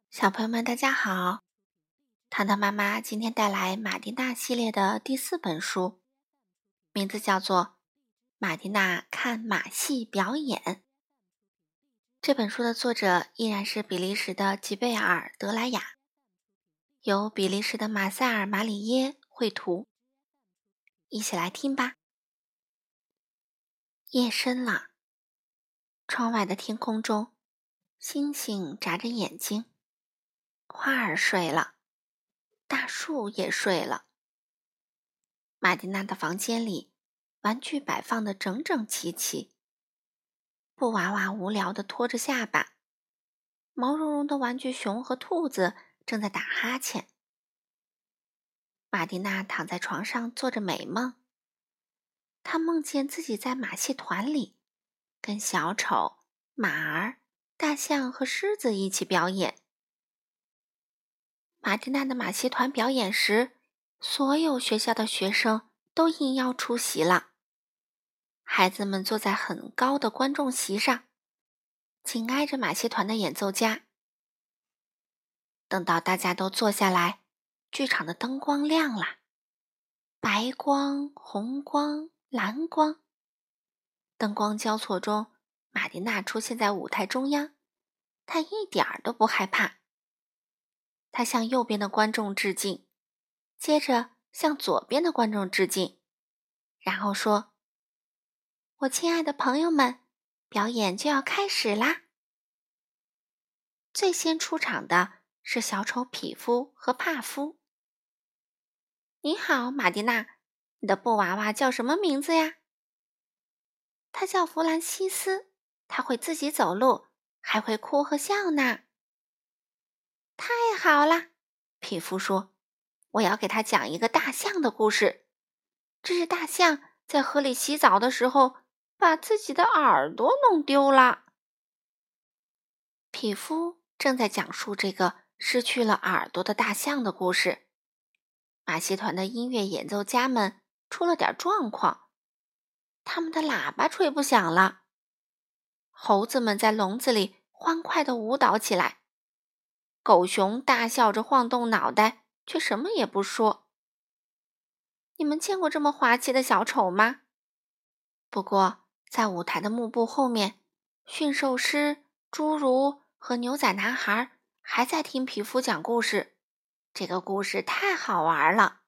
小朋友们，大家好！糖糖妈妈今天带来马蒂娜系列的第4本书，名字叫做《马蒂娜看马戏表演》。这本书的作者依然是比利时的吉贝尔·德莱雅，由比利时的马塞尔·马里耶绘图。一起来听吧。夜深了，窗外的天空中，星星眨着眼睛，花儿睡了，大树也睡了。马蒂娜的房间里，玩具摆放得整整齐齐。布娃娃无聊地拖着下巴，毛茸茸的玩具熊和兔子正在打哈欠。马蒂娜躺在床上做着美梦，她梦见自己在马戏团里，跟小丑、马儿、大象和狮子一起表演。马蒂娜的马戏团表演时，所有学校的学生都应邀出席了。孩子们坐在很高的观众席上，紧挨着马戏团的演奏家。等到大家都坐下来，剧场的灯光亮了，白光、红光、蓝光，灯光交错中，马蒂娜出现在舞台中央，她一点儿都不害怕。她向右边的观众致敬，接着向左边的观众致敬，然后说：“我亲爱的朋友们，表演就要开始啦！”最先出场的是小丑匹夫和帕夫。“你好，马蒂娜，你的布娃娃叫什么名字呀？”“他叫弗兰西斯，他会自己走路，还会哭和笑呢。”“太好了！”匹夫说，“我要给他讲一个大象的故事。这是大象在河里洗澡的时候，把自己的耳朵弄丢了。”匹夫正在讲述这个失去了耳朵的大象的故事。马戏团的音乐演奏家们出了点状况，他们的喇叭吹不响了。猴子们在笼子里欢快地舞蹈起来，狗熊大笑着晃动脑袋，却什么也不说。你们见过这么滑稽的小丑吗？不过，在舞台的幕布后面，驯兽师、侏儒和牛仔男孩还在听匹夫讲故事。这个故事太好玩了。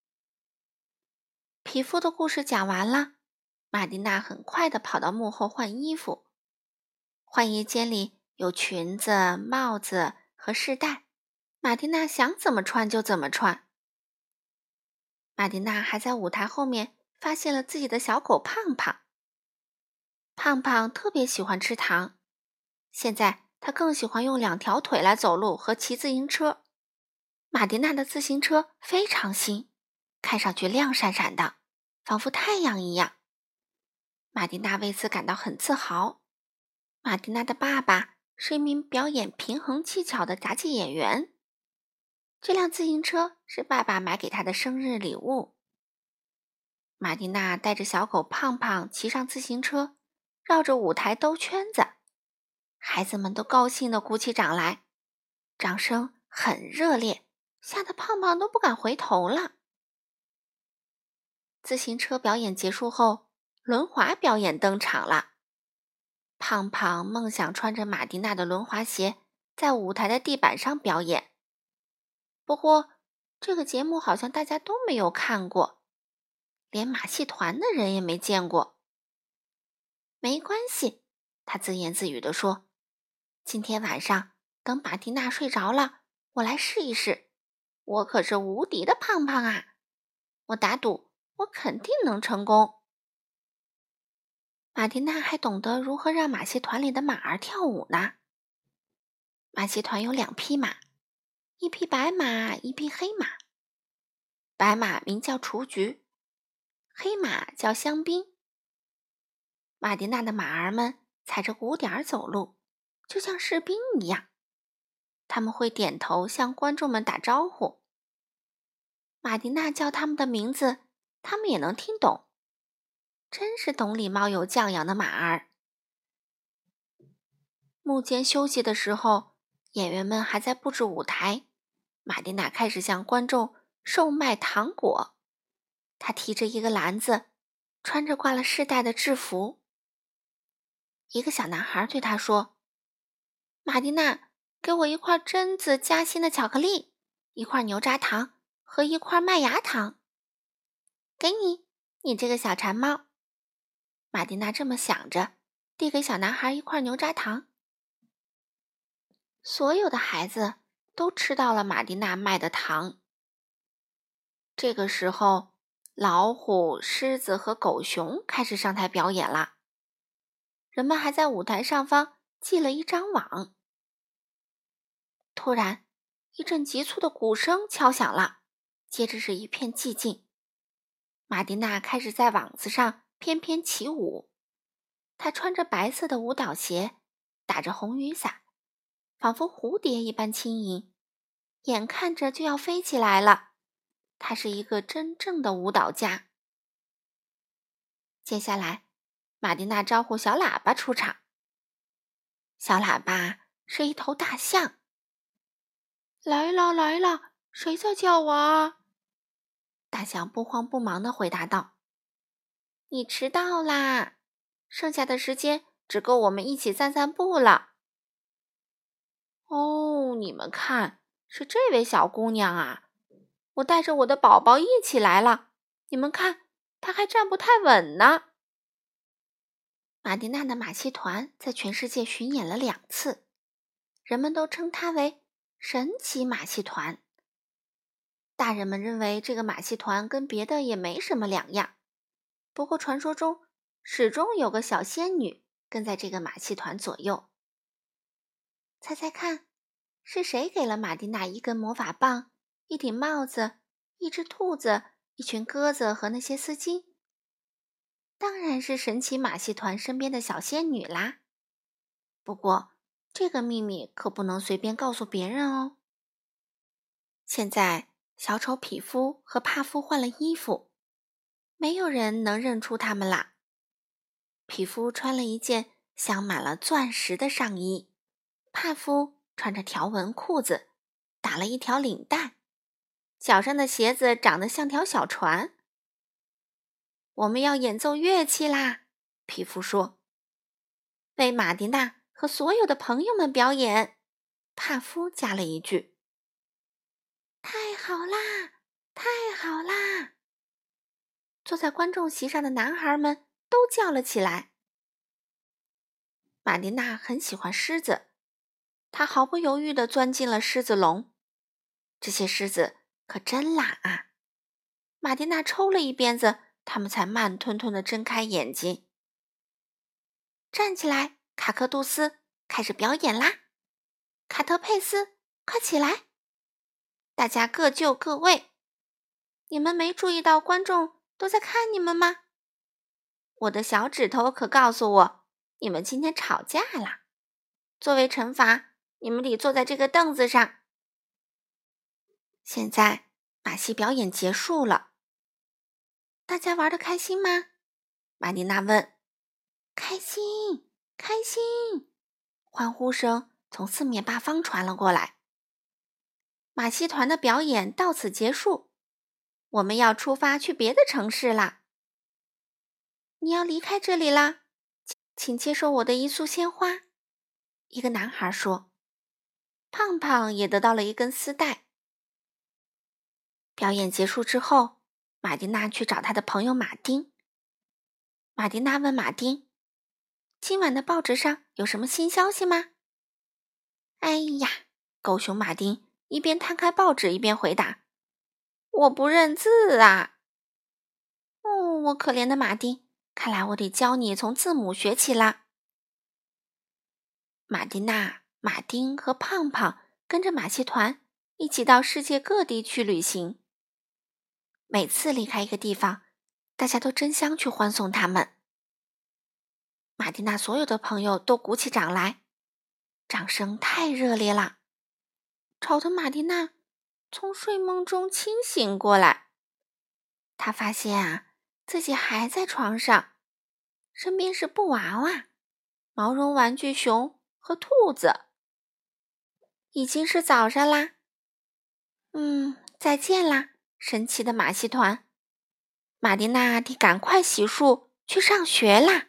匹夫的故事讲完了，马蒂娜很快地跑到幕后换衣服。换衣间里有裙子、帽子和饰带，马蒂娜想怎么穿就怎么穿。马蒂娜还在舞台后面发现了自己的小狗胖胖。胖胖特别喜欢吃糖，现在他更喜欢用2条腿来走路和骑自行车。马蒂娜的自行车非常新，看上去亮闪闪的，仿佛太阳一样。马蒂娜为此感到很自豪。马蒂娜的爸爸是一名表演平衡技巧的杂技演员。这辆自行车是爸爸买给他的生日礼物。马蒂娜带着小狗胖胖骑上自行车，绕着舞台兜圈子。孩子们都高兴地鼓起掌来，掌声很热烈，吓得胖胖都不敢回头了。自行车表演结束后，轮滑表演登场了。胖胖梦想穿着马蒂娜的轮滑鞋，在舞台的地板上表演。不过，这个节目好像大家都没有看过，连马戏团的人也没见过。没关系，他自言自语地说，今天晚上等马蒂娜睡着了，我来试一试。我可是无敌的胖胖啊！我打赌，我肯定能成功。马蒂娜还懂得如何让马戏团里的马儿跳舞呢。马戏团有2匹马，一匹白马，一匹黑马。白马名叫雏菊，黑马叫香槟。马蒂娜的马儿们踩着鼓点走路，就像士兵一样。他们会点头向观众们打招呼。马蒂娜叫他们的名字，他们也能听懂。真是懂礼貌有教养的马儿。幕间休息的时候， 演员们还在布置舞台，马蒂娜开始向观众售卖糖果。她提着一个篮子，穿着挂了饰带的制服。一个小男孩对她说：马蒂娜，给我一块榛子夹心的巧克力，一块牛轧糖和一块麦芽糖。给你，你这个小馋猫。马蒂娜这么想着，递给小男孩一块牛轧糖。所有的孩子都吃到了马蒂娜卖的糖。这个时候，老虎、狮子和狗熊开始上台表演了。人们还在舞台上方系了一张网。突然，一阵急促的鼓声敲响了，接着是一片寂静。马蒂娜开始在网子上翩翩起舞。她穿着白色的舞蹈鞋，打着红雨伞，仿佛蝴蝶一般轻盈，眼看着就要飞起来了。她是一个真正的舞蹈家。接下来，马蒂娜招呼小喇叭出场。小喇叭是一头大象。来了来了，谁在叫我啊？大象不慌不忙地回答道：你迟到啦，剩下的时间只够我们一起散散步了。哦，你们看，是这位小姑娘啊，我带着我的宝宝一起来了，你们看，她还站不太稳呢。马蒂娜的马戏团在全世界巡演了2次，人们都称它为神奇马戏团。大人们认为这个马戏团跟别的也没什么两样，不过传说中始终有个小仙女跟在这个马戏团左右。猜猜看，是谁给了马蒂娜一根魔法棒、一顶帽子、一只兔子、一群鸽子和那些丝巾？当然是神奇马戏团身边的小仙女啦。不过，这个秘密可不能随便告诉别人哦。现在，小丑匹夫和帕夫换了衣服，没有人能认出他们啦。匹夫穿了一件镶满了钻石的上衣，帕夫穿着条纹裤子，打了一条领带，脚上的鞋子长得像条小船。我们要演奏乐器啦，匹夫说。为马蒂娜和所有的朋友们表演，帕夫加了一句。太好啦，太好啦！坐在观众席上的男孩们都叫了起来。马蒂娜很喜欢狮子，她毫不犹豫地钻进了狮子笼。这些狮子可真懒啊！马蒂娜抽了一鞭子，它们才慢吞吞地睁开眼睛。站起来，卡克杜斯，开始表演啦！卡特佩斯，快起来！大家各就各位。你们没注意到观众都在看你们吗？我的小指头可告诉我，你们今天吵架了。作为惩罚，你们得坐在这个凳子上。现在，马戏表演结束了。大家玩得开心吗？马蒂娜问。开心，开心！欢呼声从四面八方传了过来。马戏团的表演到此结束，我们要出发去别的城市啦。你要离开这里啦，请接受我的一束鲜花。一个男孩说。胖胖也得到了一根丝带。表演结束之后，马蒂娜去找她的朋友马丁。马蒂娜问马丁：今晚的报纸上有什么新消息吗？哎呀，狗熊马丁一边摊开报纸一边回答：我不认字啊。哦，我可怜的马丁，看来我得教你从字母学起啦。马蒂娜、马丁和胖胖跟着马戏团一起到世界各地去旅行。每次离开一个地方，大家都争相去欢送他们。马蒂娜所有的朋友都鼓起掌来，掌声太热烈了，吵得马蒂娜从睡梦中清醒过来。她发现自己还在床上，身边是布娃娃、毛绒玩具熊和兔子。 已经是早上啦。再见啦，神奇的马戏团。马蒂娜得赶快洗漱去上学啦。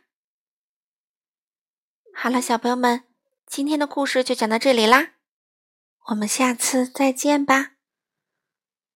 好了，小朋友们，今天的故事就讲到这里啦，我们下次再见吧。